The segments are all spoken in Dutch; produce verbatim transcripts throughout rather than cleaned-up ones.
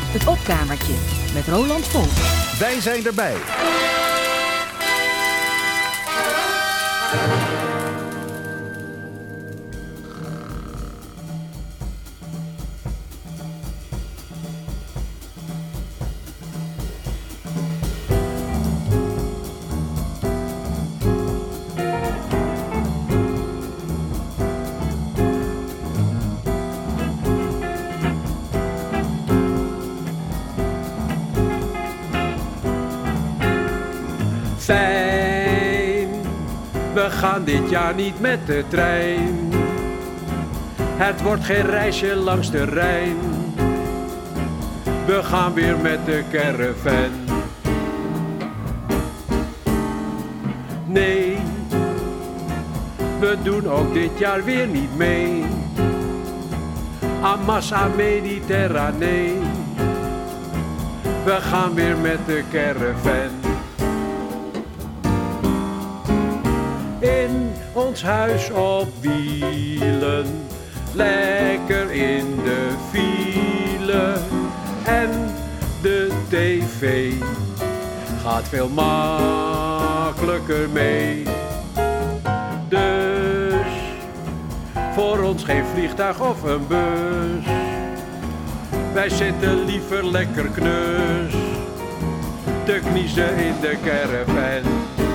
Het opkamertje met Roland Vonk. Wij zijn erbij. Fijn, we gaan dit jaar niet met de trein. Het wordt geen reisje langs de Rijn. We gaan weer met de caravan. Nee, we doen ook dit jaar weer niet mee. Amassa Mediterranee. We gaan weer met de caravan. In ons huis op wielen, lekker in de file. En de tv gaat veel makkelijker mee. Dus voor ons geen vliegtuig of een bus. Wij zitten liever lekker knus te kniezen in de caravan.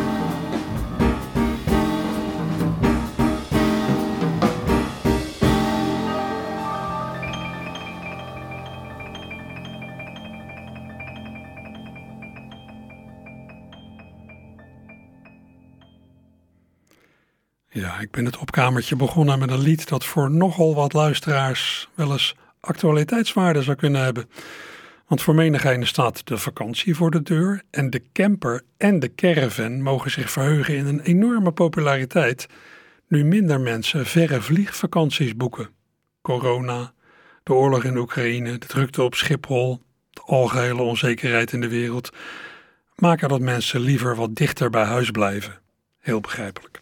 Ja, ik ben het opkamertje begonnen met een lied dat voor nogal wat luisteraars wel eens actualiteitswaarde zou kunnen hebben. Want voor menigeen staat de vakantie voor de deur en de camper en de caravan mogen zich verheugen in een enorme populariteit, nu minder mensen verre vliegvakanties boeken. Corona, de oorlog in Oekraïne, de drukte op Schiphol, de algehele onzekerheid in de wereld maken dat mensen liever wat dichter bij huis blijven. Heel begrijpelijk.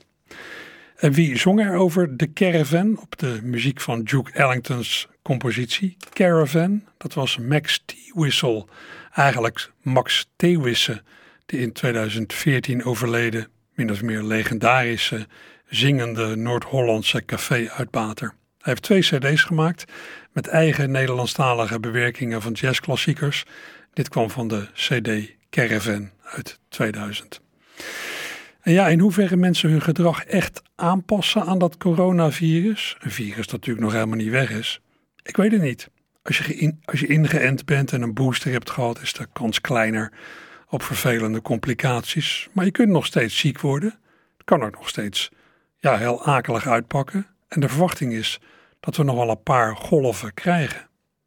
En wie zong er over de caravan op de muziek van Duke Ellington's compositie? Caravan, dat was Max Tewisel. Eigenlijk Max Tewissen, de in tweeduizend veertien overleden, min of meer legendarische, zingende Noord-Hollandse café-uitbater. Hij heeft twee cd's gemaakt met eigen Nederlandstalige bewerkingen van jazzklassiekers. Dit kwam van de cd Caravan uit tweeduizend. En ja, in hoeverre mensen hun gedrag echt aanpassen aan dat coronavirus, een virus dat natuurlijk nog helemaal niet weg is, ik weet het niet. Als je, in, als je ingeënt bent en een booster hebt gehad, is de kans kleiner op vervelende complicaties. Maar je kunt nog steeds ziek worden. Het kan ook nog steeds ja, heel akelig uitpakken. En de verwachting is dat we nog wel een paar golven krijgen.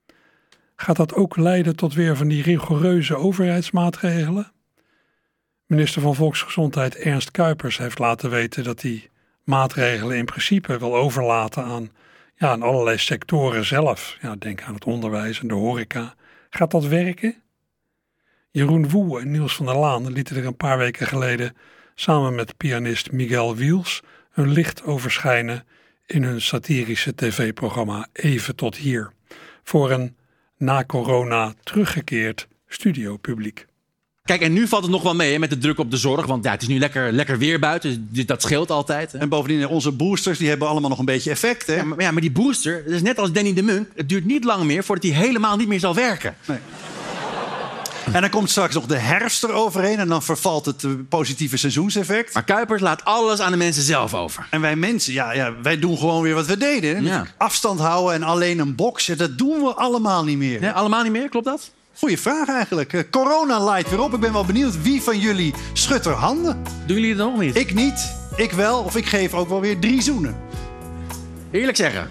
Gaat dat ook leiden tot weer van die rigoureuze overheidsmaatregelen? Minister van Volksgezondheid Ernst Kuipers heeft laten weten dat hij maatregelen in principe wil overlaten aan, ja, aan allerlei sectoren zelf. Ja, denk aan het onderwijs en de horeca. Gaat dat werken? Jeroen Woe en Niels van der Laan lieten er een paar weken geleden samen met pianist Miguel Wiels hun licht overschijnen in hun satirische tv-programma Even tot hier. Voor een na corona teruggekeerd studiopubliek. Kijk, en nu valt het nog wel mee hè, met de druk op de zorg. Want ja, het is nu lekker, lekker weer buiten, dus dat scheelt altijd. Hè. En bovendien, onze boosters die hebben allemaal nog een beetje effect. Hè? Ja, maar, ja, maar die booster, dat is net als Danny de Munk. Het duurt niet lang meer voordat hij helemaal niet meer zal werken. Nee. En dan komt straks nog de herfst eroverheen en dan vervalt het positieve seizoenseffect. Maar Kuipers laat alles aan de mensen zelf over. En wij mensen, ja, ja wij doen gewoon weer wat we deden. Ja. Afstand houden en alleen een box, ja, dat doen we allemaal niet meer. Ja, allemaal niet meer, klopt dat? Goeie vraag eigenlijk. Uh, corona light weer op. Ik ben wel benieuwd wie van jullie schudt er handen. Doen jullie het nog niet? Ik niet. Ik wel. Of ik geef ook wel weer drie zoenen. Eerlijk zeggen.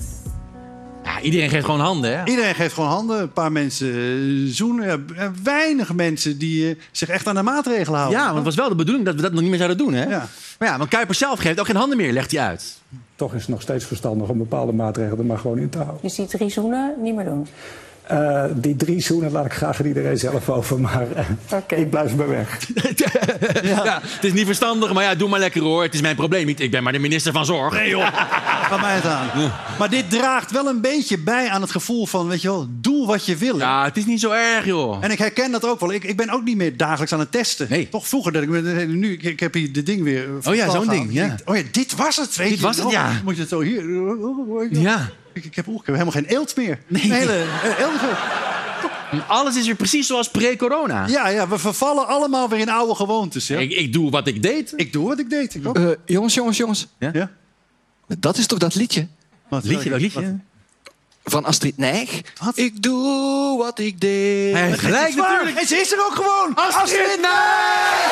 Ja, iedereen geeft gewoon handen, hè? Iedereen geeft gewoon handen. Een paar mensen uh, zoenen. Ja, weinig mensen die uh, zich echt aan de maatregelen houden. Ja, want het was wel de bedoeling dat we dat nog niet meer zouden doen, hè? Ja. Maar ja, want Kuipers zelf geeft ook geen handen meer, legt hij uit. Toch is het nog steeds verstandig om bepaalde maatregelen er maar gewoon in te houden. Dus die drie zoenen niet meer doen? Uh, die drie zoenen laat ik graag aan iedereen zelf over, maar uh, okay. Ik blijf bij weg. ja. Ja, het is niet verstandig, maar ja, doe maar lekker hoor. Het is mijn probleem niet. Ik ben maar de minister van Zorg. Nee joh. Ga mij het aan. Ja. Maar dit draagt wel een beetje bij aan het gevoel van, weet je wel, doe wat je wil. Ja, het is niet zo erg, joh. En ik herken dat ook wel. Ik, ik ben ook niet meer dagelijks aan het testen. Nee. Toch vroeger, dat ik, nu, ik, ik heb hier dit ding weer... Oh ja, zo'n ding, ja. Oh ja, dit was het, weet dit je. was het, ja. Moet je het zo hier... Ja. Ik, ik, heb, ik heb helemaal geen eelt meer. Nee. Een hele eelt. Alles is weer precies zoals pre-corona. Ja, ja, we vervallen allemaal weer in oude gewoontes. Ja? Ik, ik doe wat ik deed. Ik doe wat ik deed. Ik ook. Uh, jongens, jongens, jongens. Ja? Ja? Dat is toch dat liedje? Wat, liedje, dat liedje? Wat? Van Astrid Nijg. Wat? Ik doe wat ik deed. Hij heeft gelijk natuurlijk. En ze is er ook gewoon. Astrid, Astrid Nijg!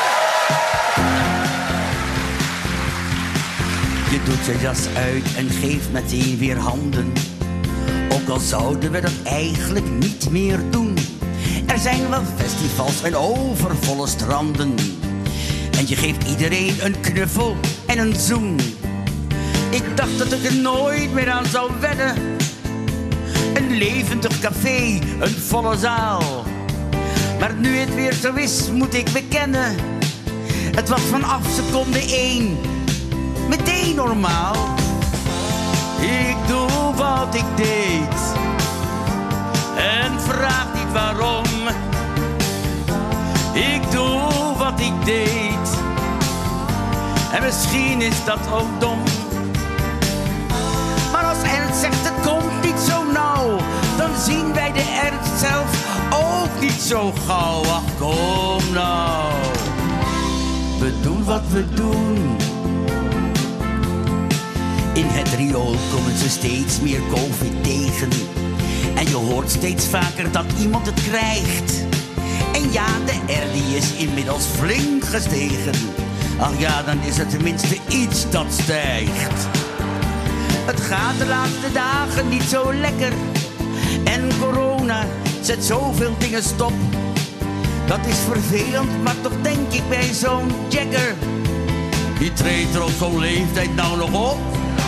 Je doet je jas uit en geeft meteen weer handen. Ook al zouden we dat eigenlijk niet meer doen. Er zijn wel festivals en overvolle stranden. En je geeft iedereen een knuffel en een zoen. Ik dacht dat ik er nooit meer aan zou wedden. Een levendig café, een volle zaal. Maar nu het weer zo is, moet ik bekennen. Het was vanaf seconde één meteen normaal. Ik doe wat ik deed en vraag niet waarom. Ik doe wat ik deed en misschien is dat ook dom. Maar als Ernst zegt het komt niet zo nauw, dan zien wij de Ernst zelf ook niet zo gauw. Ach kom nou, we doen wat we doen. In het riool komen ze steeds meer COVID tegen. En je hoort steeds vaker dat iemand het krijgt. En ja, de R die is inmiddels flink gestegen. Ach ja, dan is er tenminste iets dat stijgt. Het gaat de laatste dagen niet zo lekker. En corona zet zoveel dingen stop. Dat is vervelend, maar toch denk ik bij zo'n Jagger. Die treedt er op zo'n leeftijd nou nog op.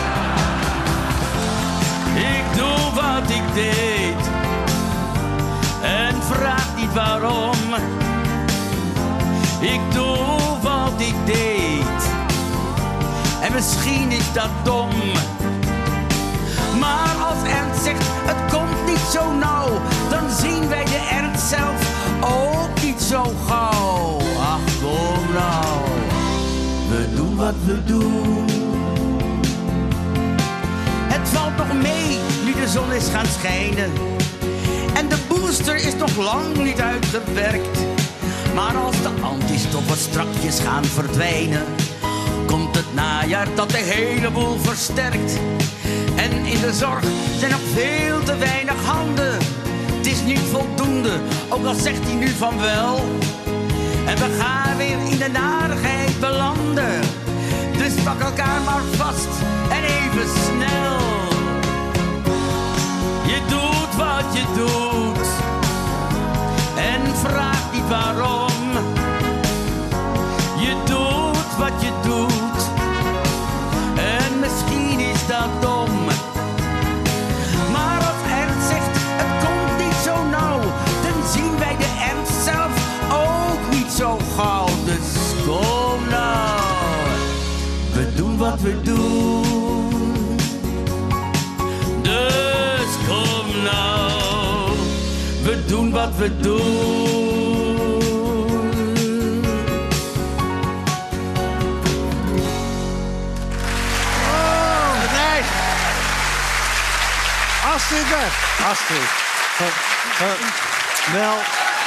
Ik doe wat ik deed en vraag niet waarom. Ik doe wat ik deed en misschien is dat dom. Maar als Ernst zegt het komt niet zo nauw, dan zien wij de Ernst zelf ook niet zo gauw. Ach kom nou, we doen wat we doen. Het valt nog mee, nu de zon is gaan schijnen. En de booster is nog lang niet uitgewerkt. Maar als de antistoffen strakjes gaan verdwijnen, komt het najaar dat de hele boel versterkt. En in de zorg zijn nog veel te weinig handen. Het is niet voldoende, ook al zegt hij nu van wel. En we gaan weer in de narigheid belanden. Dus pak elkaar maar vast en even snel. Je doet wat je doet en vraag niet waarom. Je doet wat je doet en misschien is dat dom. Maar als Ernst zegt het komt niet zo nauw, dan zien wij de Ernst zelf ook niet zo gauw. Dus kom nou, we doen wat we doen. Dus kom nou, we doen wat we doen. Oh, nee. Astrid weg. Astrid. Uh, uh, wel.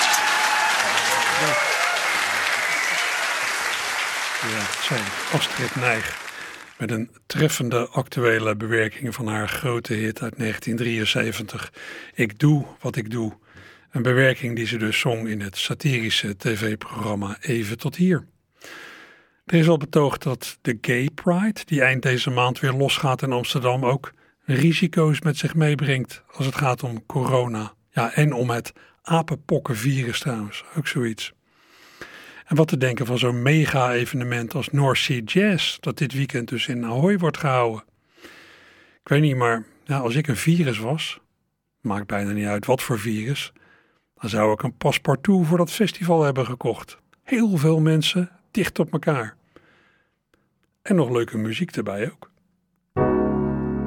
Ja, zij, Astrid Nijg. Met een treffende actuele bewerking van haar grote hit uit negentien drieënzeventig. Ik doe wat ik doe. Een bewerking die ze dus zong in het satirische tv-programma Even tot hier. Er is al betoogd dat de Gay Pride, die eind deze maand weer losgaat in Amsterdam, ook risico's met zich meebrengt als het gaat om corona. Ja, en om het apenpokkenvirus trouwens, ook zoiets. En wat te denken van zo'n mega-evenement als North Sea Jazz, dat dit weekend dus in Ahoy wordt gehouden. Ik weet niet, maar ja, als ik een virus was, maakt bijna niet uit wat voor virus, dan zou ik een paspartout voor dat festival hebben gekocht. Heel veel mensen dicht op elkaar. En nog leuke muziek erbij ook.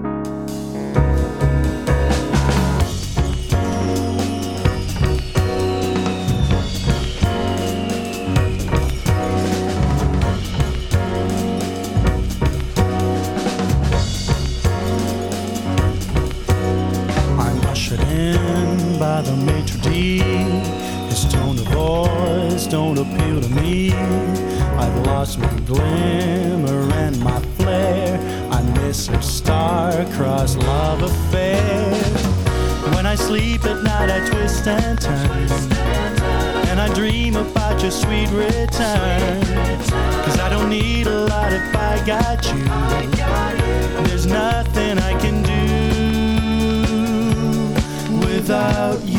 by the maitre d'. His tone of voice don't appeal to me. I've lost my glimmer and my flare. I miss her star-crossed love affair. When I sleep at night I twist and turn, and I dream about your sweet return. Cause I don't need a lot if I got you. There's nothing I can do without you.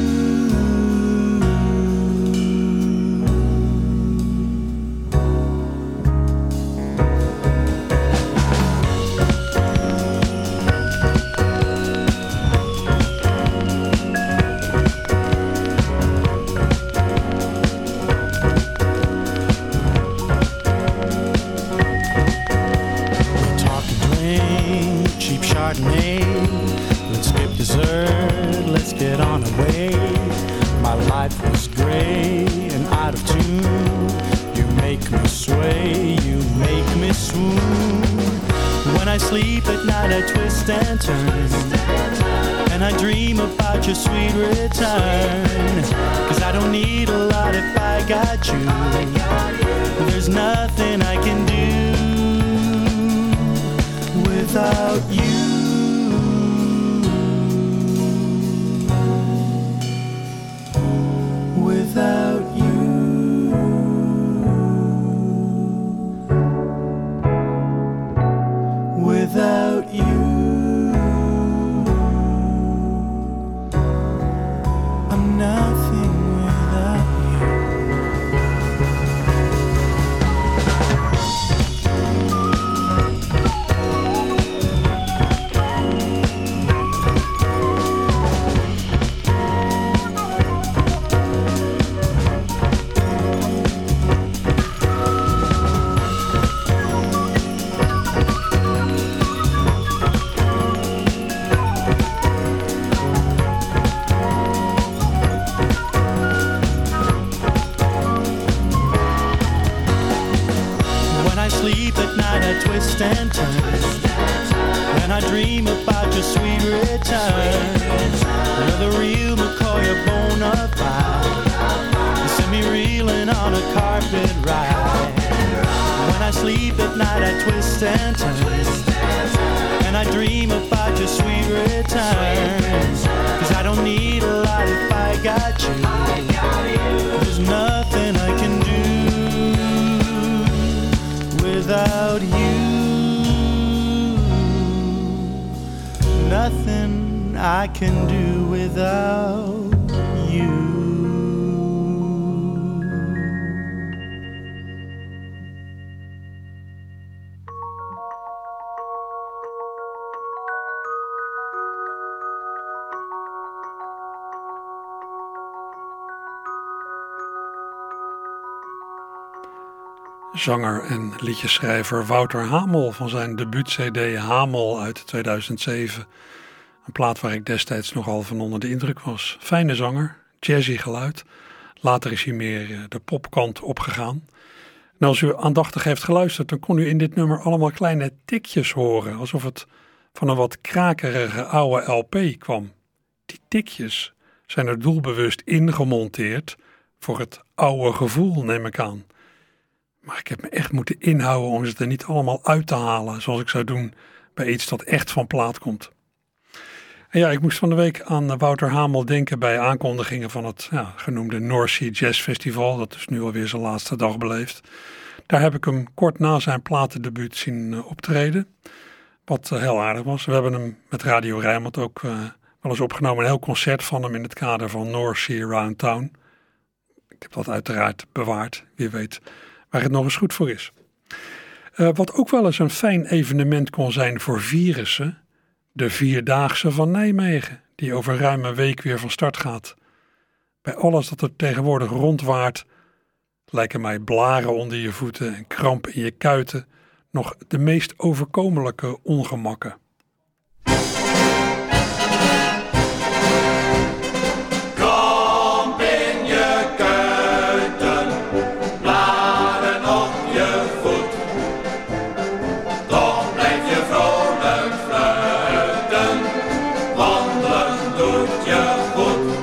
Let's skip dessert, let's get on our way. My life was gray and out of tune. You make me sway, you make me swoon. When I sleep at night I twist and turn, and I dream about your sweet return. Cause I don't need a lot if I got you. There's nothing I can do without you. Without you, without you, I'm nothing without you. Twist and turn, and I dream about your sweet return. You're the real McCoy, a bona fide. You send me reeling on a carpet ride. When I sleep at night I twist and turn, and I dream about your sweet return. Cause I don't need a lot if I got you. There's nothing I can do without you. Nothing I can do without you. Zanger en liedjeschrijver Wouter Hamel van zijn debuut-cd Hamel uit tweeduizend zeven. Een plaat waar ik destijds nogal van onder de indruk was. Fijne zanger, jazzy geluid. Later is hij meer de popkant opgegaan. En als u aandachtig heeft geluisterd, dan kon u in dit nummer allemaal kleine tikjes horen. Alsof het van een wat krakerige oude L P kwam. Die tikjes zijn er doelbewust ingemonteerd voor het oude gevoel, neem ik aan. Maar ik heb me echt moeten inhouden om ze er niet allemaal uit te halen, zoals ik zou doen bij iets dat echt van plaat komt. En ja, ik moest van de week aan Wouter Hamel denken bij aankondigingen van het ja, genoemde North Sea Jazz Festival, dat dus nu alweer zijn laatste dag beleeft. Daar heb ik hem kort na zijn platendebuut zien uh, optreden, wat uh, heel aardig was. We hebben hem met Radio Rijnmond ook uh, wel eens opgenomen, een heel concert van hem in het kader van North Sea Round Town. Ik heb dat uiteraard bewaard, wie weet waar het nog eens goed voor is. Uh, wat ook wel eens een fijn evenement kon zijn voor virussen, de Vierdaagse van Nijmegen, die over ruim een week weer van start gaat. Bij alles dat er tegenwoordig rondwaart, lijken mij blaren onder je voeten en krampen in je kuiten nog de meest overkomelijke ongemakken. Doet je goed.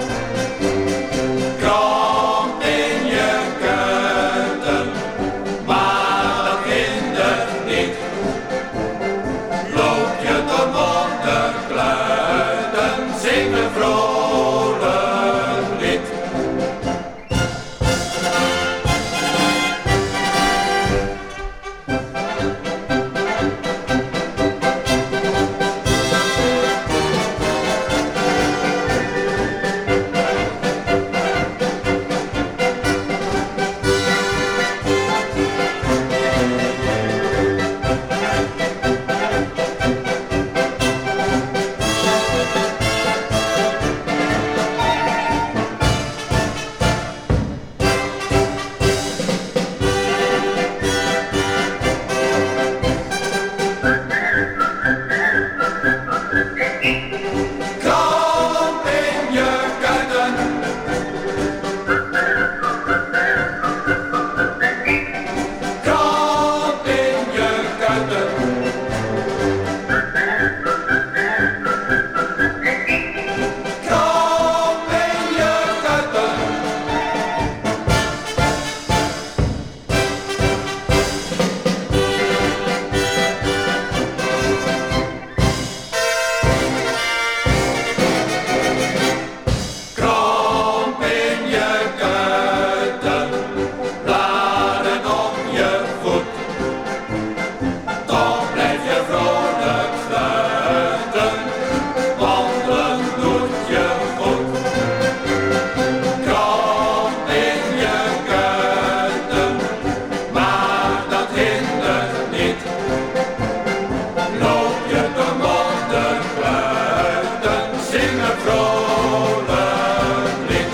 vrolijk lied.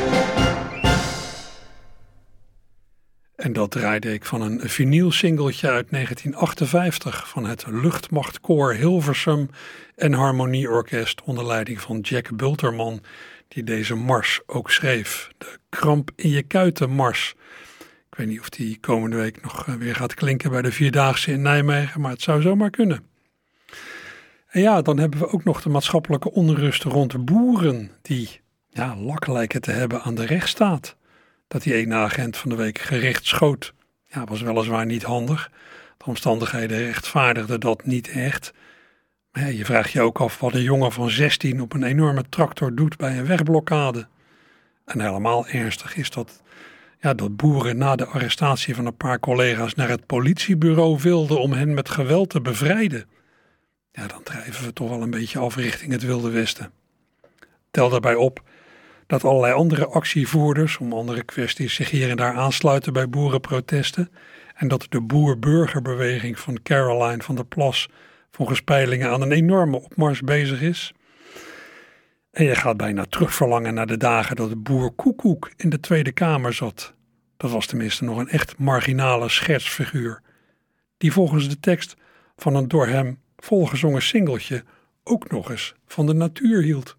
En dat draaide ik van een vinylsingeltje uit negentien achtenvijftig van het Luchtmachtkoor Hilversum en Harmonieorkest onder leiding van Jack Bulterman, die deze mars ook schreef. De Kramp in je kuiten mars. Ik weet niet of die komende week nog weer gaat klinken bij de Vierdaagse in Nijmegen, maar het zou zomaar kunnen. En ja, dan hebben we ook nog de maatschappelijke onrust rond de boeren die ja, lak lijken te hebben aan de rechtsstaat. Dat die ene agent van de week gericht schoot, ja, was weliswaar niet handig. De omstandigheden rechtvaardigden dat niet echt. Maar ja, je vraagt je ook af wat een jongen van zestien op een enorme tractor doet bij een wegblokkade. En helemaal ernstig is dat, ja, dat boeren na de arrestatie van een paar collega's naar het politiebureau wilden om hen met geweld te bevrijden. Ja, dan drijven we toch wel een beetje af richting het Wilde Westen. Tel daarbij op dat allerlei andere actievoerders om andere kwesties zich hier en daar aansluiten bij boerenprotesten en dat de boer-burgerbeweging van Caroline van der Plas volgens peilingen aan een enorme opmars bezig is. En je gaat bijna terugverlangen naar de dagen dat de boer Koekoek in de Tweede Kamer zat. Dat was tenminste nog een echt marginale schetsfiguur, die volgens de tekst van een door hem volgezongen singeltje ook nog eens van de natuur hield.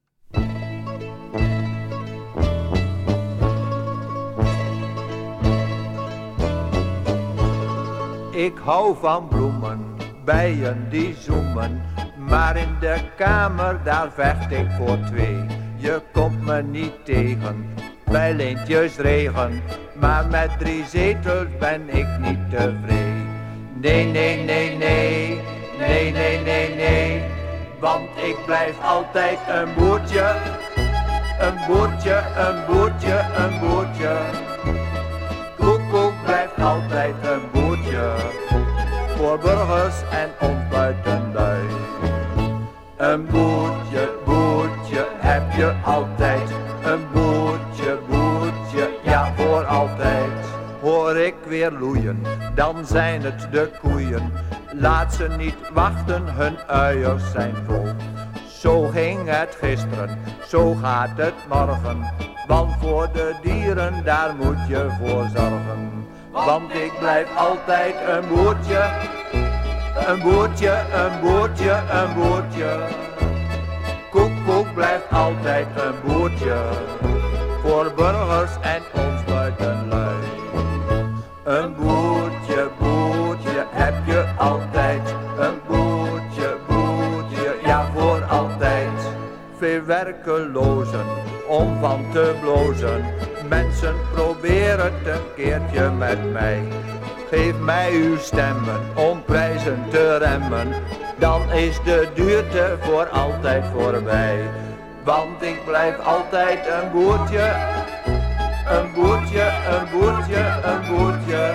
Ik hou van bloemen, bijen die zoemen, maar in de kamer daar vecht ik voor twee. Je komt me niet tegen, bij lintjes regen, maar met drie zetels ben ik niet tevreden. Nee, nee, nee, nee, nee, nee, nee, nee, want ik blijf altijd een boertje, een boertje, een boertje, een boertje. Koekoek blijft altijd een boertje, voor burgers en ons buitenlui. Een boertje, boertje heb je altijd, een boertje, boertje, ja voor altijd. Hoor ik weer loeien, dan zijn het de koeien, laat ze niet wachten, hun uiers zijn vol. Zo ging het gisteren, zo gaat het morgen, want voor de dieren daar moet je voor zorgen. Want ik blijf altijd een boertje, een boertje, een boertje, een boertje. Koekoek blijft altijd een boertje, voor burgers en ons buitenlui. Een boertje, boertje heb je altijd, een boertje, boertje, ja voor altijd. Veel werkelozen om van te blozen, mensen probeer het een keertje met mij. Geef mij uw stemmen om prijzen te remmen, dan is de duurte voor altijd voorbij. Want ik blijf altijd een boertje, een boertje, een boertje, een boertje.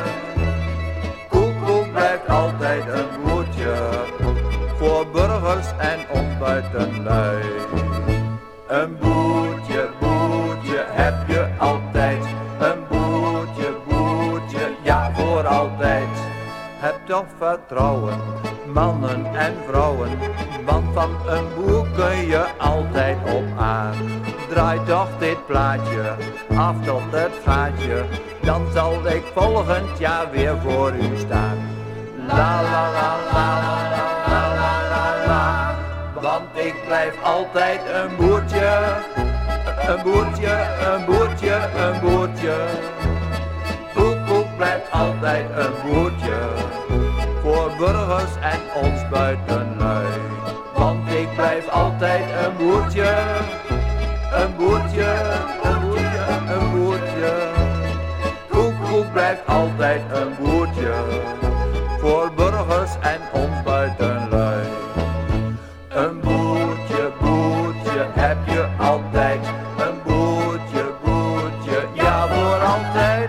Koekoek blijft altijd een boertje, voor burgers en ons buitenlui. Een boertje, boertje heb je altijd, een boertje, boertje, ja voor altijd. Heb toch vertrouwen, mannen en vrouwen, want van een boer kun je altijd op aan. Draai toch dit plaatje af tot het gaatje, dan zal ik volgend jaar weer voor u staan. La la la la la la la la la, want ik blijf altijd een boertje, een boertje, een boertje, een boertje. Koekoek blijft altijd een boertje, voor burgers en ons buitenlui. Want ik blijf altijd een boertje, een boertje, een boertje, een boertje. Koekoek blijft altijd een boertje, voor burgers en ons buitenlui. Een boertje, boertje heb je altijd, een boertje, boertje, ja voor altijd.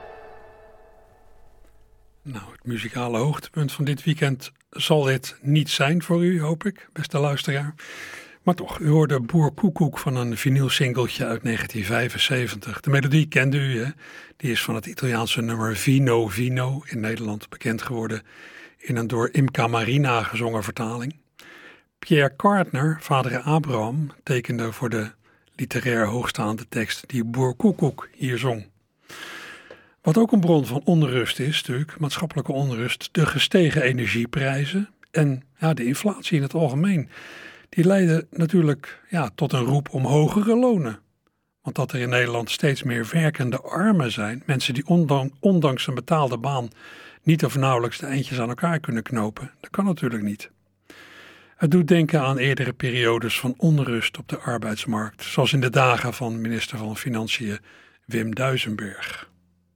Nou, het muzikale hoogtepunt van dit weekend zal dit niet zijn voor u, hoop ik, beste luisteraar. Maar toch, u hoorde Boer Koekoek van een vinylsingeltje uit negentien vijfenzeventig. De melodie kende u, hè? Die is van het Italiaanse nummer Vino Vino, in Nederland bekend geworden in een door Imca Marina gezongen vertaling. Pierre Cardner, vader Abraham, tekende voor de literair hoogstaande tekst die Boer Koekoek hier zong. Wat ook een bron van onrust is, natuurlijk, maatschappelijke onrust, de gestegen energieprijzen en ja, de inflatie in het algemeen. Die leiden natuurlijk ja, tot een roep om hogere lonen. Want dat er in Nederland steeds meer werkende armen zijn, mensen die ondanks, ondanks een betaalde baan niet of nauwelijks de eindjes aan elkaar kunnen knopen, dat kan natuurlijk niet. Het doet denken aan eerdere periodes van onrust op de arbeidsmarkt, zoals in de dagen van minister van Financiën Wim Duisenberg.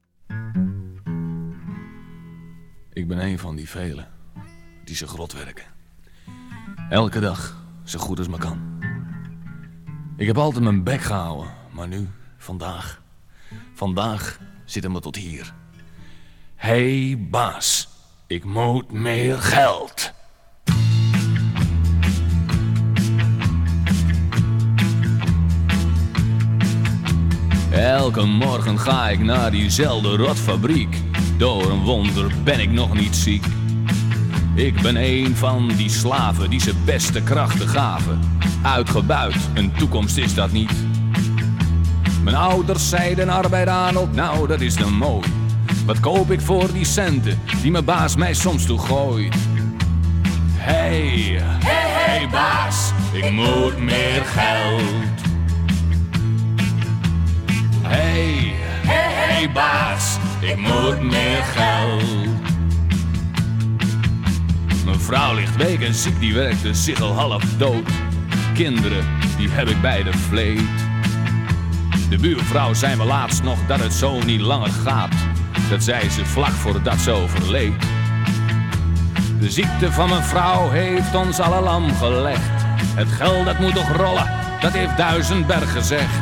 Ik ben een van die velen die zich rot werken. Elke dag, zo goed als maar kan. Ik heb altijd mijn bek gehouden, maar nu, vandaag, vandaag zit het me tot hier. Hé hey, baas, ik moet meer geld. Elke morgen ga ik naar diezelfde rotfabriek. Door een wonder ben ik nog niet ziek. Ik ben een van die slaven die zijn beste krachten gaven. Uitgebuit, een toekomst is dat niet. Mijn ouders zeiden arbeid Arnold, nou dat is dan mooi. Wat koop ik voor die centen die mijn baas mij soms toe gooit? Hey, hey, hey baas, ik moet meer geld. Hey, hey, hey baas, ik moet meer geld. Mijn vrouw ligt week en ziek, die werkte zich al half dood. Kinderen, die heb ik bij de vleet. De buurvrouw zei me laatst nog dat het zo niet langer gaat. Dat zei ze vlak voordat ze overleed. De ziekte van mijn vrouw heeft ons alle lam gelegd. Het geld dat moet toch rollen, dat heeft Duisenberg gezegd.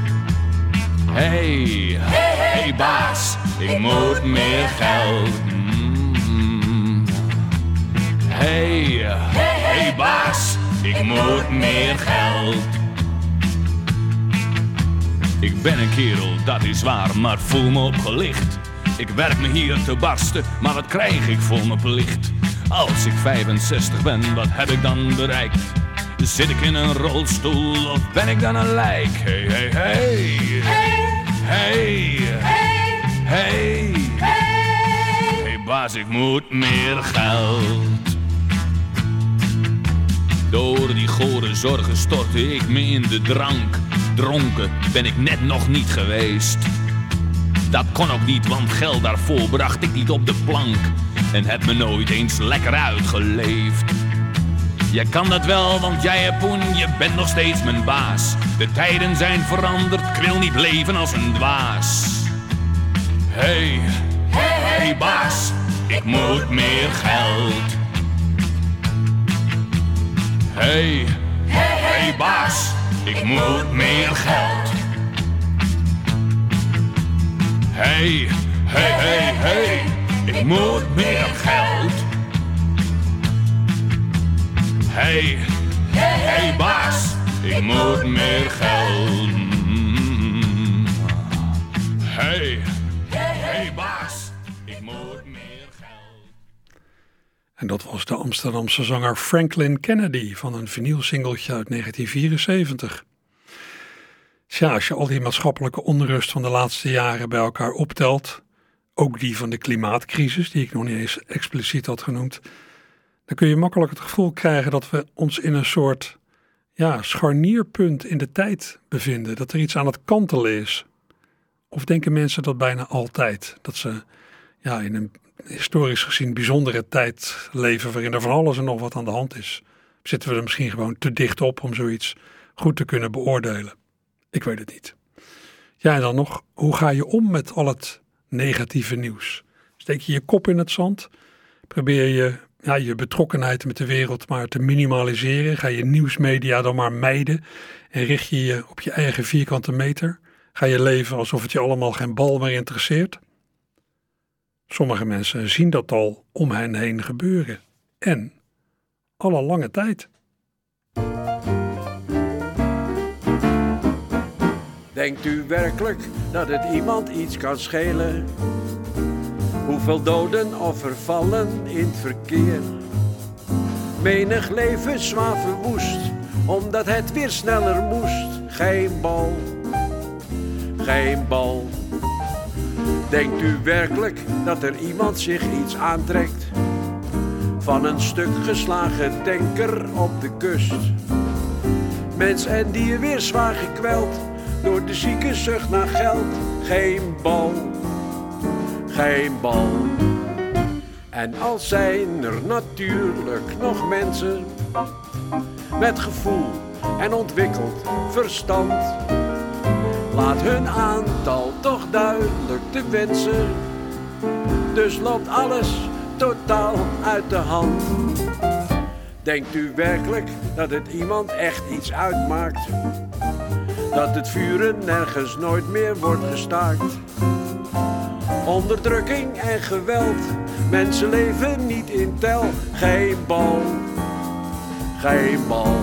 Hey, hey, hey baas, ik moet meer geld. Mm. Hey, hey, hey baas, ik moet meer geld. Ik ben een kerel, dat is waar, maar voel me opgelicht. Ik werk me hier te barsten, maar wat krijg ik voor mijn plicht? Als ik vijfenzestig ben, wat heb ik dan bereikt? Zit ik in een rolstoel of ben ik dan een lijk? Hey, hey, hey. Hey, hey, hey, hey, hey baas, ik moet meer geld. Door die gore zorgen stortte ik me in de drank. Dronken ben ik net nog niet geweest. Dat kon ook niet, want geld daarvoor bracht ik niet op de plank. En heb me nooit eens lekker uitgeleefd. Je kan dat wel, want jij hebt poen, je bent nog steeds mijn baas. De tijden zijn veranderd, ik wil niet leven als een dwaas. Hey, hey, hey baas, ik moet meer geld. Hey, hey, hey baas, ik moet meer geld. Hey, hey, hey, hey, ik moet meer geld. Hey, hey, hey baas, ik moet meer geld. Hey, hey, hey baas, ik moet meer geld. En dat was de Amsterdamse zanger Franklin Kennedy van een vinylsingeltje uit negentien vierenzeventig. Tja, als je al die maatschappelijke onrust van de laatste jaren bij elkaar optelt, ook die van de klimaatcrisis, die ik nog niet eens expliciet had genoemd, dan kun je makkelijk het gevoel krijgen dat we ons in een soort ja, scharnierpunt in de tijd bevinden. Dat er iets aan het kantelen is. Of denken mensen dat bijna altijd? Dat ze ja, in een historisch gezien bijzondere tijd leven waarin er van alles en nog wat aan de hand is. Zitten we er misschien gewoon te dicht op om zoiets goed te kunnen beoordelen? Ik weet het niet. Ja, en dan nog, hoe ga je om met al het negatieve nieuws? Steek je je kop in het zand? Probeer je ja, je betrokkenheid met de wereld maar te minimaliseren? Ga je nieuwsmedia dan maar mijden en richt je je op je eigen vierkante meter? Ga je leven alsof het je allemaal geen bal meer interesseert? Sommige mensen zien dat al om hen heen gebeuren. En al een lange tijd. Denkt u werkelijk dat het iemand iets kan schelen? Hoeveel doden of vervallen in het verkeer? Menig leven zwaar verwoest, omdat het weer sneller moest. Geen bal, geen bal. Denkt u werkelijk dat er iemand zich iets aantrekt van een stuk geslagen tanker op de kust? Mens en dier weer zwaar gekweld door de zieke zucht naar geld. Geen bal, geen bal. En al zijn er natuurlijk nog mensen met gevoel en ontwikkeld verstand, laat hun aantal toch duidelijk te wensen. Dus loopt alles totaal uit de hand. Denkt u werkelijk dat het iemand echt iets uitmaakt? Dat het vuren nergens nooit meer wordt gestaakt? Onderdrukking en geweld, mensen leven niet in tel. Geen bal, geen bal.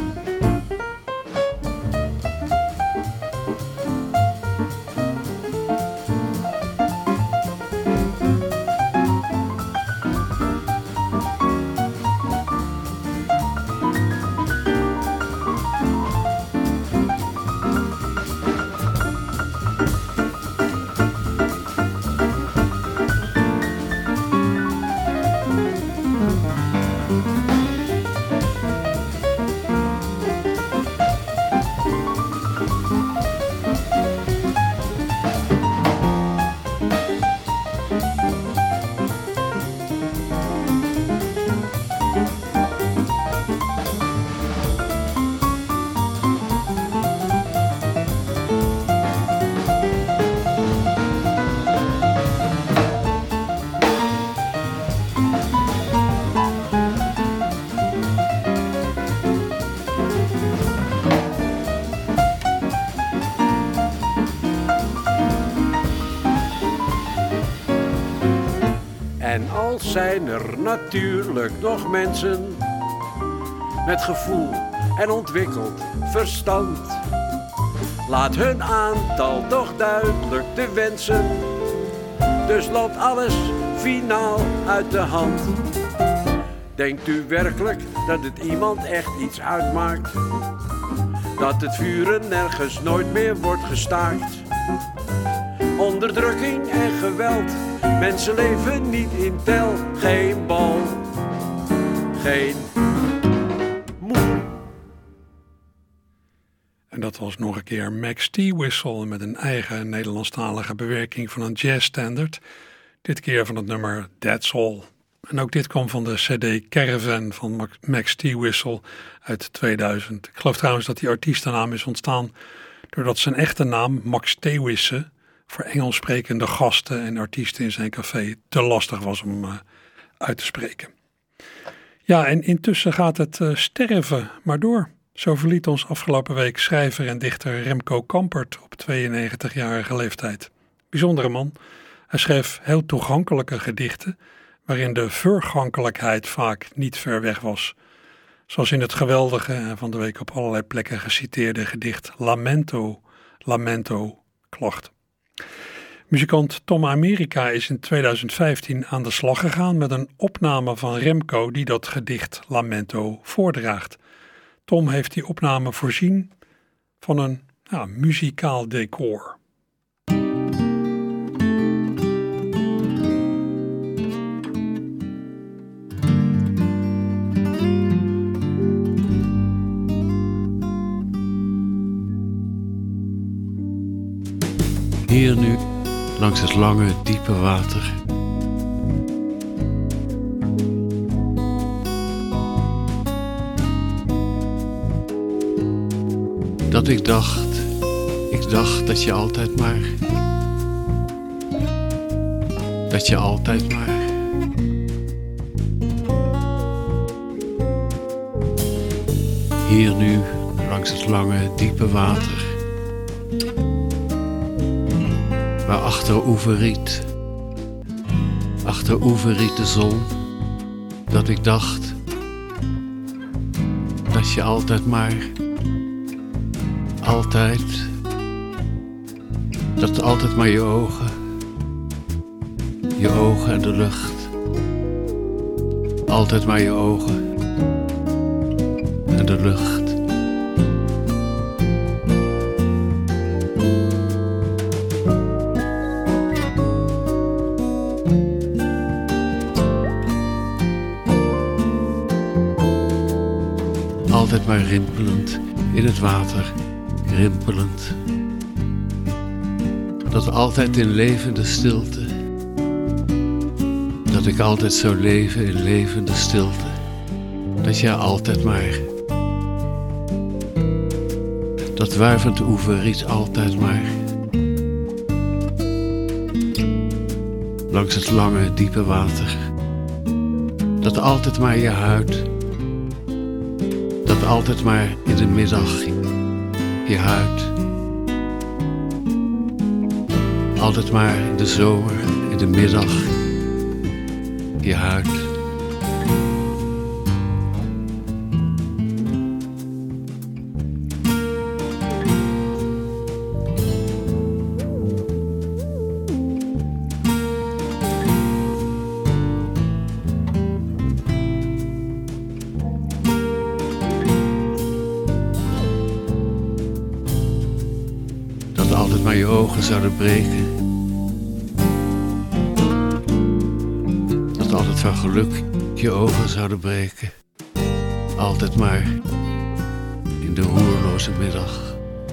En al zijn er natuurlijk nog mensen met gevoel en ontwikkeld verstand, laat hun aantal toch duidelijk te wensen. Dus loopt alles finaal uit de hand. Denkt u werkelijk dat het iemand echt iets uitmaakt? Dat het vuren nergens nooit meer wordt gestaakt? Onderdrukking en geweld, mensen leven niet in tel. Geen bal, geen moer. En dat was nog een keer Max T-Whistle met een eigen Nederlandstalige bewerking van een jazzstandard. Dit keer van het nummer That's All. En ook dit kwam van de cd Caravan van Max T-Whistle uit tweeduizend. Ik geloof trouwens dat die artiestennaam is ontstaan doordat zijn echte naam, Max Thewissen, voor Engels sprekende gasten en artiesten in zijn café te lastig was om uh, uit te spreken. Ja, en intussen gaat het uh, sterven maar door. Zo verliet ons afgelopen week schrijver en dichter Remco Kampert op tweeënnegentigjarige leeftijd. Bijzondere man. Hij schreef heel toegankelijke gedichten, waarin de vergankelijkheid vaak niet ver weg was. Zoals in het geweldige en van de week op allerlei plekken geciteerde gedicht Lamento, Lamento, Klacht. Muzikant Tom America is in tweeduizend vijftien aan de slag gegaan met een opname van Remco die dat gedicht Lamento voordraagt. Tom heeft die opname voorzien van een ja, muzikaal decor. Hier nu, langs het lange, diepe water. Dat ik dacht, ik dacht dat je altijd maar, dat je altijd maar. Hier nu, langs het lange, diepe water. Waar achter oeverriet, achter oeverriet de zon, dat ik dacht, dat je altijd maar, altijd, dat altijd maar je ogen, je ogen en de lucht, altijd maar je ogen, en de lucht. Altijd maar rimpelend in het water, rimpelend. Dat altijd in levende stilte. Dat ik altijd zou leven in levende stilte. Dat jij altijd maar. Dat wuivend oeverriet altijd maar. Langs het lange, diepe water. Dat altijd maar je huid. Dat altijd maar in de middag je huid. Altijd maar in de zomer, in de middag je huid. Dat altijd maar je ogen zouden breken. Dat altijd van geluk je ogen zouden breken. Altijd maar in de roerloze middag.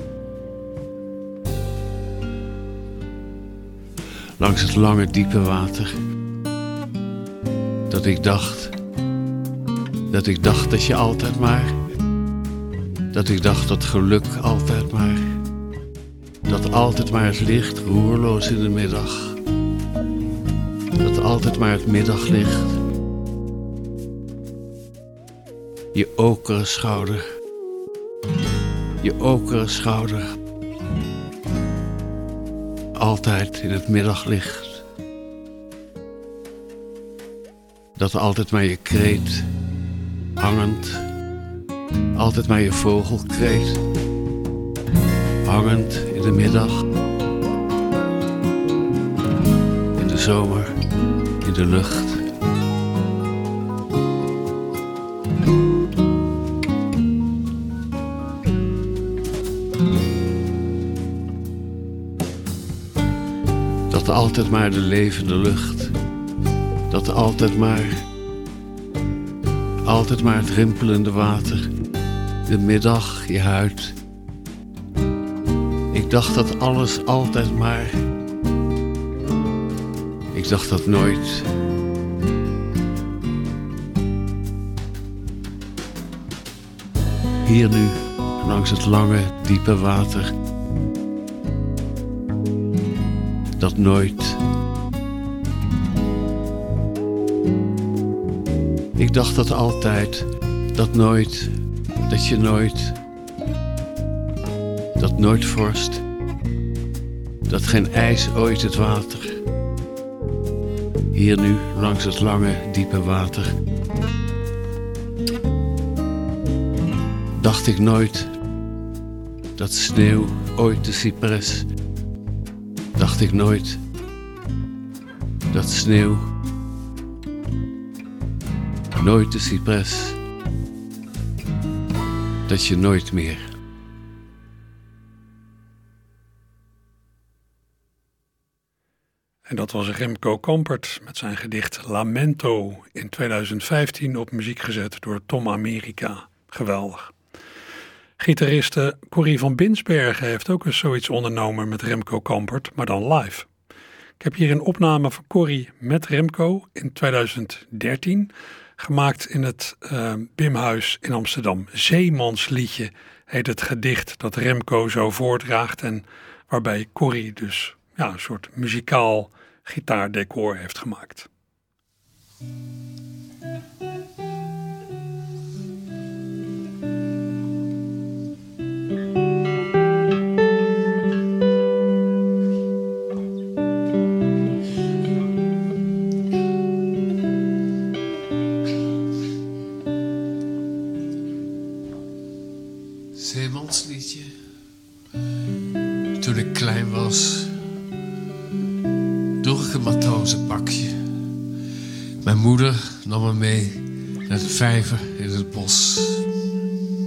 Langs het lange diepe water. Dat ik dacht, dat ik dacht dat je altijd maar. Dat ik dacht dat geluk altijd maar. Dat altijd maar het licht roerloos in de middag. Dat altijd maar het middaglicht. Je okere schouder. Je okere schouder. Altijd in het middaglicht. Dat altijd maar je kreet. Hangend. Altijd maar je vogelkreet. Hangend in de middag. In de zomer. In de lucht. Dat altijd maar de levende lucht. Dat altijd maar. Altijd maar het rimpelende water. De middag, je huid. Ik dacht dat alles altijd maar. Ik dacht dat nooit. Hier nu, langs het lange, diepe water. Dat nooit. Ik dacht dat altijd, dat nooit, dat je nooit. Dat nooit vorst. Dat geen ijs ooit het water. Hier nu, langs het lange, diepe water. Dacht ik nooit dat sneeuw ooit de cypres. Dacht ik nooit dat sneeuw nooit de cypres. Dat je nooit meer. En dat was Remco Kampert met zijn gedicht Lamento, in tweeduizend vijftien op muziek gezet door Tom America. Geweldig. Gitariste Corrie van Binsbergen heeft ook eens zoiets ondernomen met Remco Kampert, maar dan live. Ik heb hier een opname van Corrie met Remco in tweeduizend dertien, gemaakt in het uh, Bimhuis in Amsterdam. Zeemansliedje heet het gedicht dat Remco zo voordraagt en waarbij Corrie dus ja, een soort muzikaal gitaardecor heeft gemaakt. Zeemansliedje. Toen ik klein was, droeg ik een matrozenpakje. Mijn moeder nam me mee naar de vijver in het bos.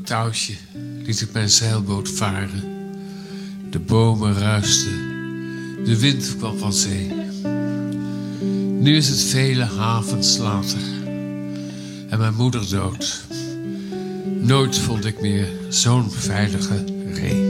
touwtje liet ik mijn zeilboot varen. De bomen ruisten, de wind kwam van zee. Nu is het vele havens later en mijn moeder dood. Nooit vond ik meer zo'n veilige ree.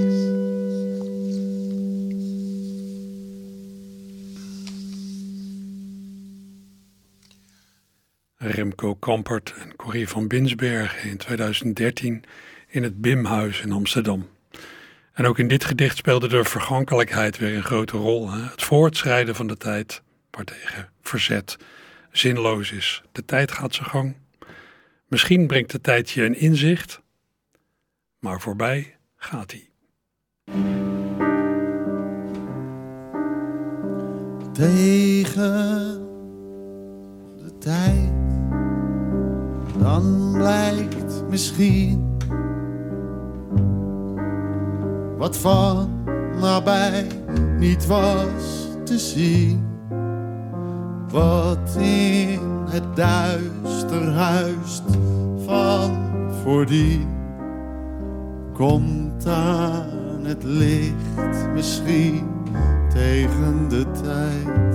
Remco Kampert en Corrie van Binsbergen in tweeduizend dertien in het Bimhuis in Amsterdam. En ook in dit gedicht speelde de vergankelijkheid weer een grote rol. Hè? Het voortschrijden van de tijd, waartegen verzet zinloos is. De tijd gaat zijn gang. Misschien brengt de tijd je een inzicht, maar voorbij gaat hij. Tegen de tijd, dan blijkt misschien wat van nabij niet was te zien. Wat in het duister huist van voordien, komt aan het licht misschien tegen de tijd.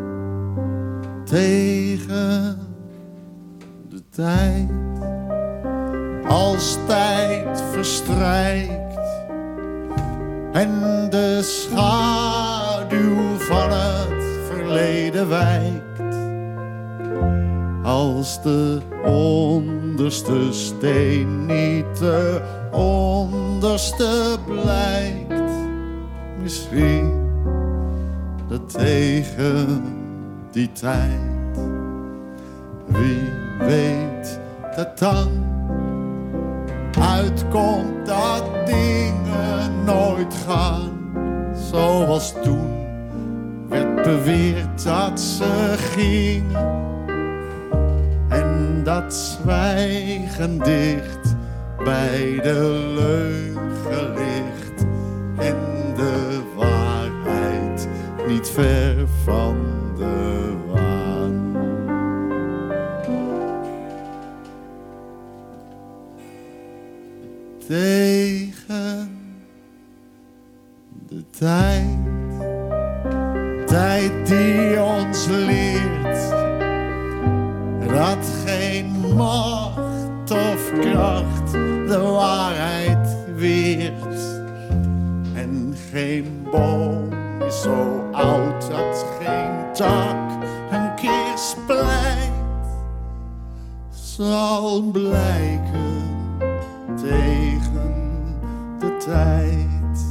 Tegen de tijd, als tijd verstrijkt en de schaduw van het verleden wijkt. Als de onderste steen niet de onderste blijkt. Misschien dat tegen die tijd, wie weet dat dan uitkomt dat dingen nooit gaan zoals toen werd beweerd dat ze gingen. En dat zwijgen dicht bij de leugen ligt en de waarheid niet ver van de waan. Tegen de tijd, tijd die ons leert dat geen macht of kracht de waarheid weert. En geen boom is zo oud dat geen tak een keer splijt. Zal blijken tegen de tijd.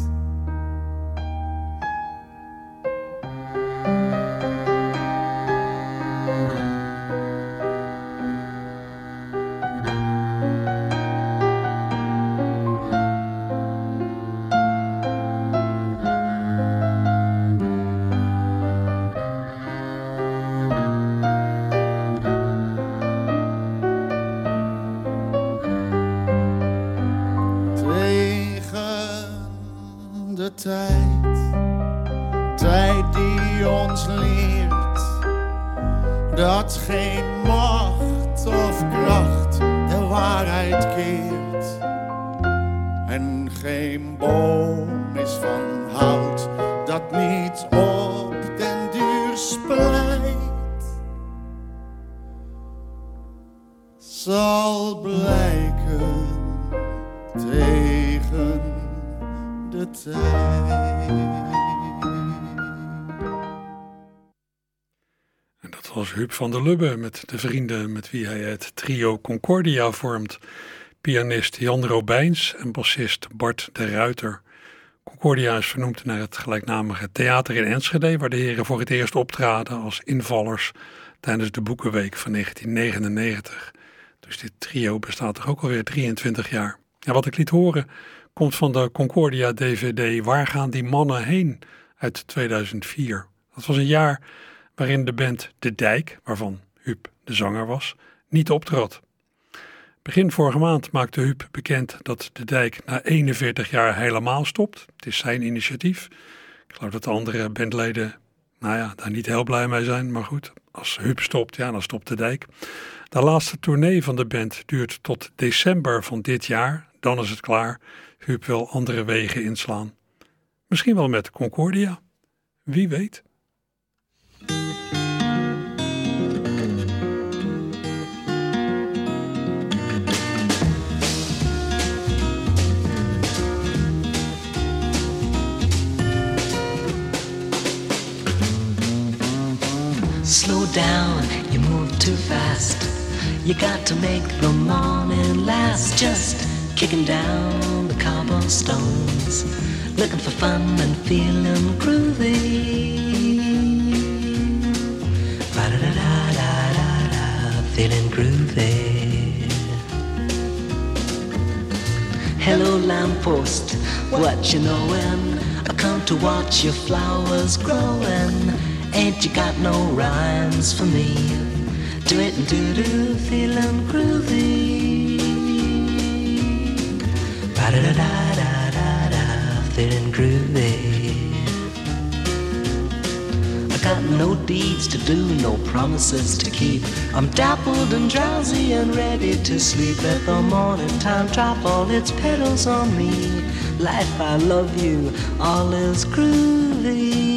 Tijd, tijd die ons leert dat geen macht of kracht de waarheid keert. En geen boom is van hout dat niet op den duur splijt. Zal blijken tegen de tijd. En dat was Huub van der Lubbe met de vrienden met wie hij het trio Concordia vormt. Pianist Jan Robijns en bassist Bart de Ruiter. Concordia is vernoemd naar het gelijknamige theater in Enschede, waar de heren voor het eerst optraden als invallers tijdens de Boekenweek van negentien negenennegentig. Dus dit trio bestaat toch ook alweer drieëntwintig jaar. En wat ik liet horen komt van de Concordia D V D Waar gaan die mannen heen uit tweeduizend vier. Dat was een jaar waarin de band De Dijk, waarvan Huub de zanger was, niet optrad. Begin vorige maand maakte Huub bekend dat De Dijk na eenenveertig jaar helemaal stopt. Het is zijn initiatief. Ik geloof dat de andere bandleden nou ja, daar niet heel blij mee zijn, maar goed, als Huub stopt, ja, dan stopt De Dijk. De laatste tournee van de band duurt tot december van dit jaar, dan is het klaar. Huub wil andere wegen inslaan. Misschien wel met Concordia. Wie weet. Slow down, you move too fast. You got to make the morning last. Just kicking down the cobblestones, looking for fun and feeling groovy. Ba-da-da-da-da-da, feeling groovy. Hello lamppost, what you knowin'? I come to watch your flowers growin'. Ain't you got no rhymes for me? Do it and do-do, feeling groovy. Ba-da-da-da-da-da, feeling groovy. I got no deeds to do, no promises to keep. I'm dappled and drowsy and ready to sleep. Let the morning time drop all its petals on me. Life, I love you, all is groovy.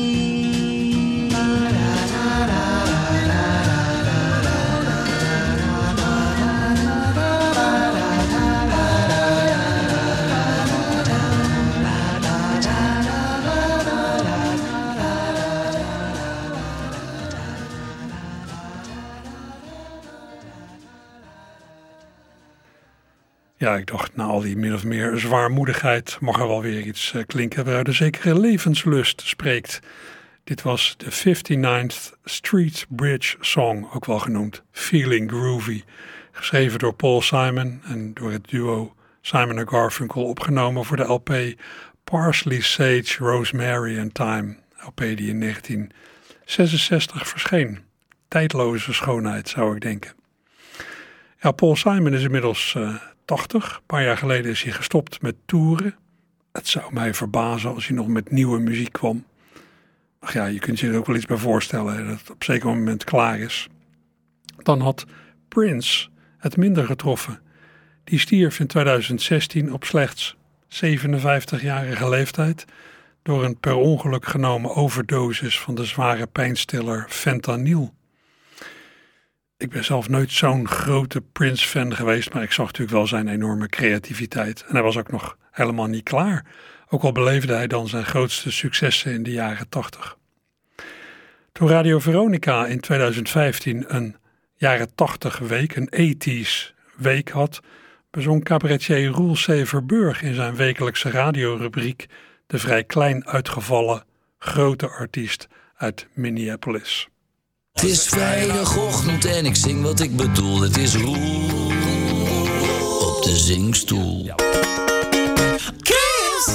Ja, ik dacht, na al die min of meer zwaarmoedigheid mag er wel weer iets uh, klinken waaruit een zekere levenslust spreekt. Dit was de fifty-ninth Street Bridge Song, ook wel genoemd Feeling Groovy. Geschreven door Paul Simon en door het duo Simon en Garfunkel, opgenomen voor de L P Parsley, Sage, Rosemary and Thyme. L P die in negentien zesenzestig verscheen. Tijdloze schoonheid, zou ik denken. Ja, Paul Simon is inmiddels uh, tachtig. Een paar jaar geleden is hij gestopt met toeren. Het zou mij verbazen als hij nog met nieuwe muziek kwam. Ach ja, je kunt je er ook wel iets bij voorstellen dat het op een zeker moment klaar is. Dan had Prince het minder getroffen. Die stierf in tweeduizend zestien op slechts zevenenvijftigjarige leeftijd door een per ongeluk genomen overdosis van de zware pijnstiller fentanyl. Ik ben zelf nooit zo'n grote Prince-fan geweest, maar ik zag natuurlijk wel zijn enorme creativiteit. En hij was ook nog helemaal niet klaar, ook al beleefde hij dan zijn grootste successen in de jaren tachtig. Toen Radio Veronica in tweeduizend vijftien een jaren tachtig week, een tachtiger week had, bezong cabaretier Roel C. Verburg in zijn wekelijkse radiorubriek de vrij klein uitgevallen grote artiest uit Minneapolis. Het is vrijdagochtend en ik zing wat ik bedoel. Het is Roel op de zingstoel. Chris!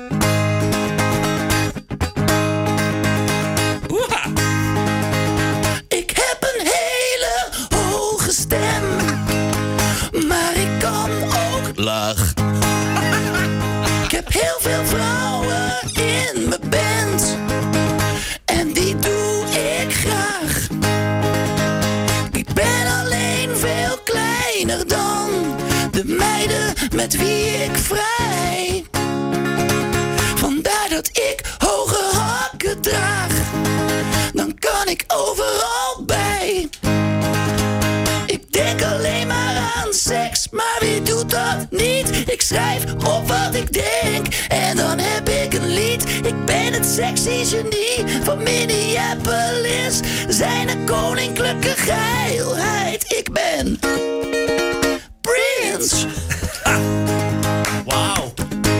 Woeha! Ik heb een hele hoge stem, maar ik kan ook laag. Ik heb heel veel vrouwen in mijn band en die doe ik graag. Ik ben alleen veel kleiner dan de meiden met wie ik vrij. Vandaar dat ik hoge hakken draag, dan kan ik overal bij. Ik denk alleen maar aan seks, maar wie doet dat niet? Ik schrijf op wat ik denk en dan heb ik een lied. Ik ben het sexy genie van Minneapolis, zijn koninklijke geilheid. Ik ben Prince. Wauw.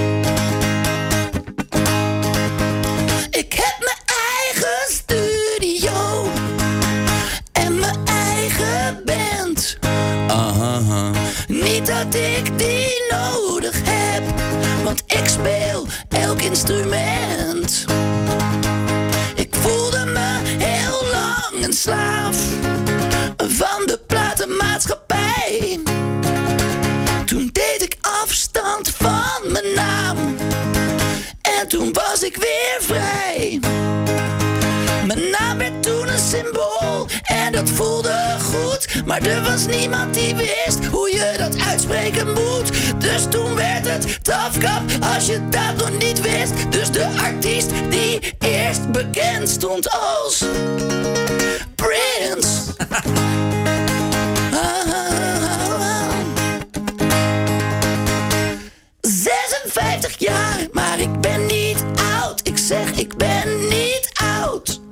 Ik heb mijn eigen studio en mijn eigen band. Aha. Niet dat ik die nodig heb, want ik speel elk instrument. Ik voelde me heel lang een slaaf van de platenmaatschappij. Toen deed ik afstand van mijn naam en toen was ik weer vrij. Mijn naam werd toen een symbool en dat voelde goed. Maar er was niemand die wist hoe je dat uitspreken moet. Dus toen werd het Tafkap als je dat nog niet wist. Dus de artiest die eerst bekend stond als Prince. zesenvijftig jaar, maar ik ben niet oud. Ik zeg, ik ben niet oud.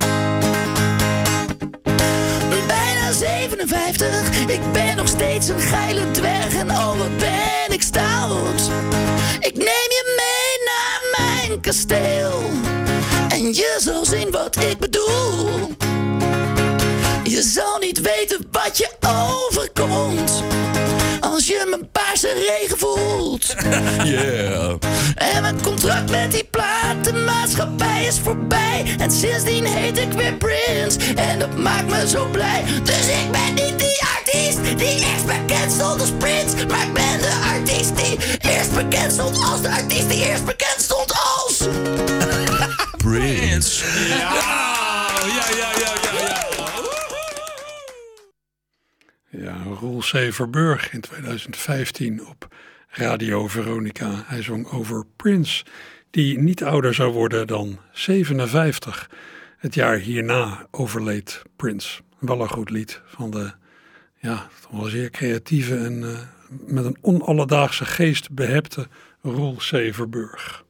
Bijna zevenenvijftig, ik ben nog steeds een geile dwerg. En oh, wat ben ik stout. Ik neem je mee naar mijn kasteel. En je zal zien wat ik bedoel. Je zal niet weten wat je overkomt als je mijn paarse regen voelt. Yeah. En mijn contract met die platenmaatschappij is voorbij. En sindsdien heet ik weer Prince. En dat maakt me zo blij. Dus ik ben niet die artiest die eerst bekend stond als Prince. Maar ik ben de artiest die eerst bekend stond als de artiest die eerst bekend stond als Prince. Ja, ja, ja, ja, ja, ja. Ja, Roel C. Verburg in tweeduizend vijftien op Radio Veronica. Hij zong over Prince, die niet ouder zou worden dan zevenenvijftig. Het jaar hierna overleed Prince. Wel een goed lied van de, ja, toch wel zeer creatieve en uh, met een onalledaagse geest behepte Roel C. Verburg.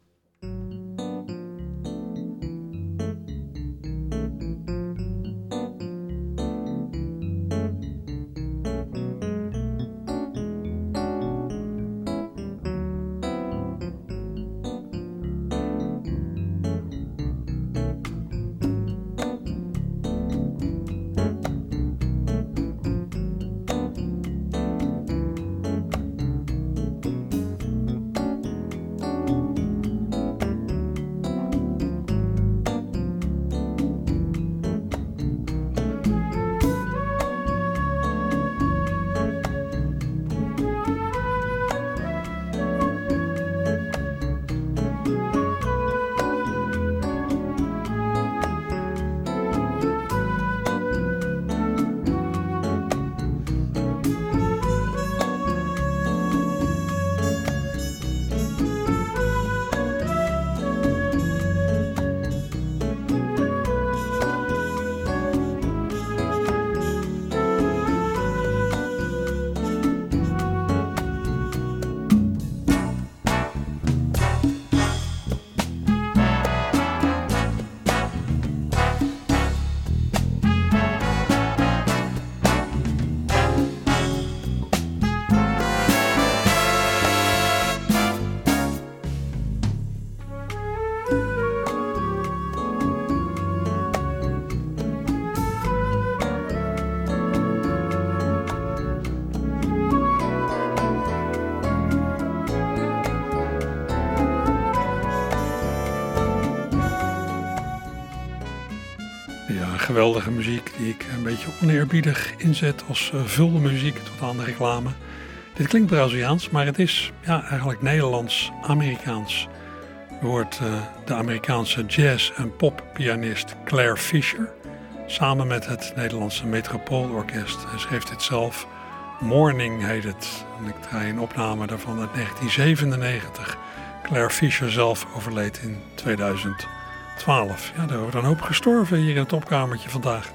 Geweldige muziek die ik een beetje oneerbiedig inzet als uh, vulmuziek tot aan de reclame. Dit klinkt Braziliaans, maar het is ja, eigenlijk Nederlands-Amerikaans. Je hoort uh, de Amerikaanse jazz- en poppianist Claire Fischer samen met het Nederlandse Metropoolorkest. Hij schreef dit zelf. Morning heet het. En ik draai een opname daarvan uit negentien zevenennegentig. Claire Fischer zelf overleed in tweeduizend twaalf. Ja, daar wordt een hoop gestorven hier in het opkamertje vandaag.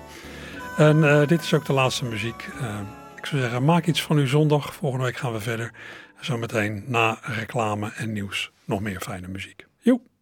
En uh, dit is ook de laatste muziek. Uh, ik zou zeggen, maak iets van uw zondag. Volgende week gaan we verder. Zometeen na reclame en nieuws nog meer fijne muziek. Joep!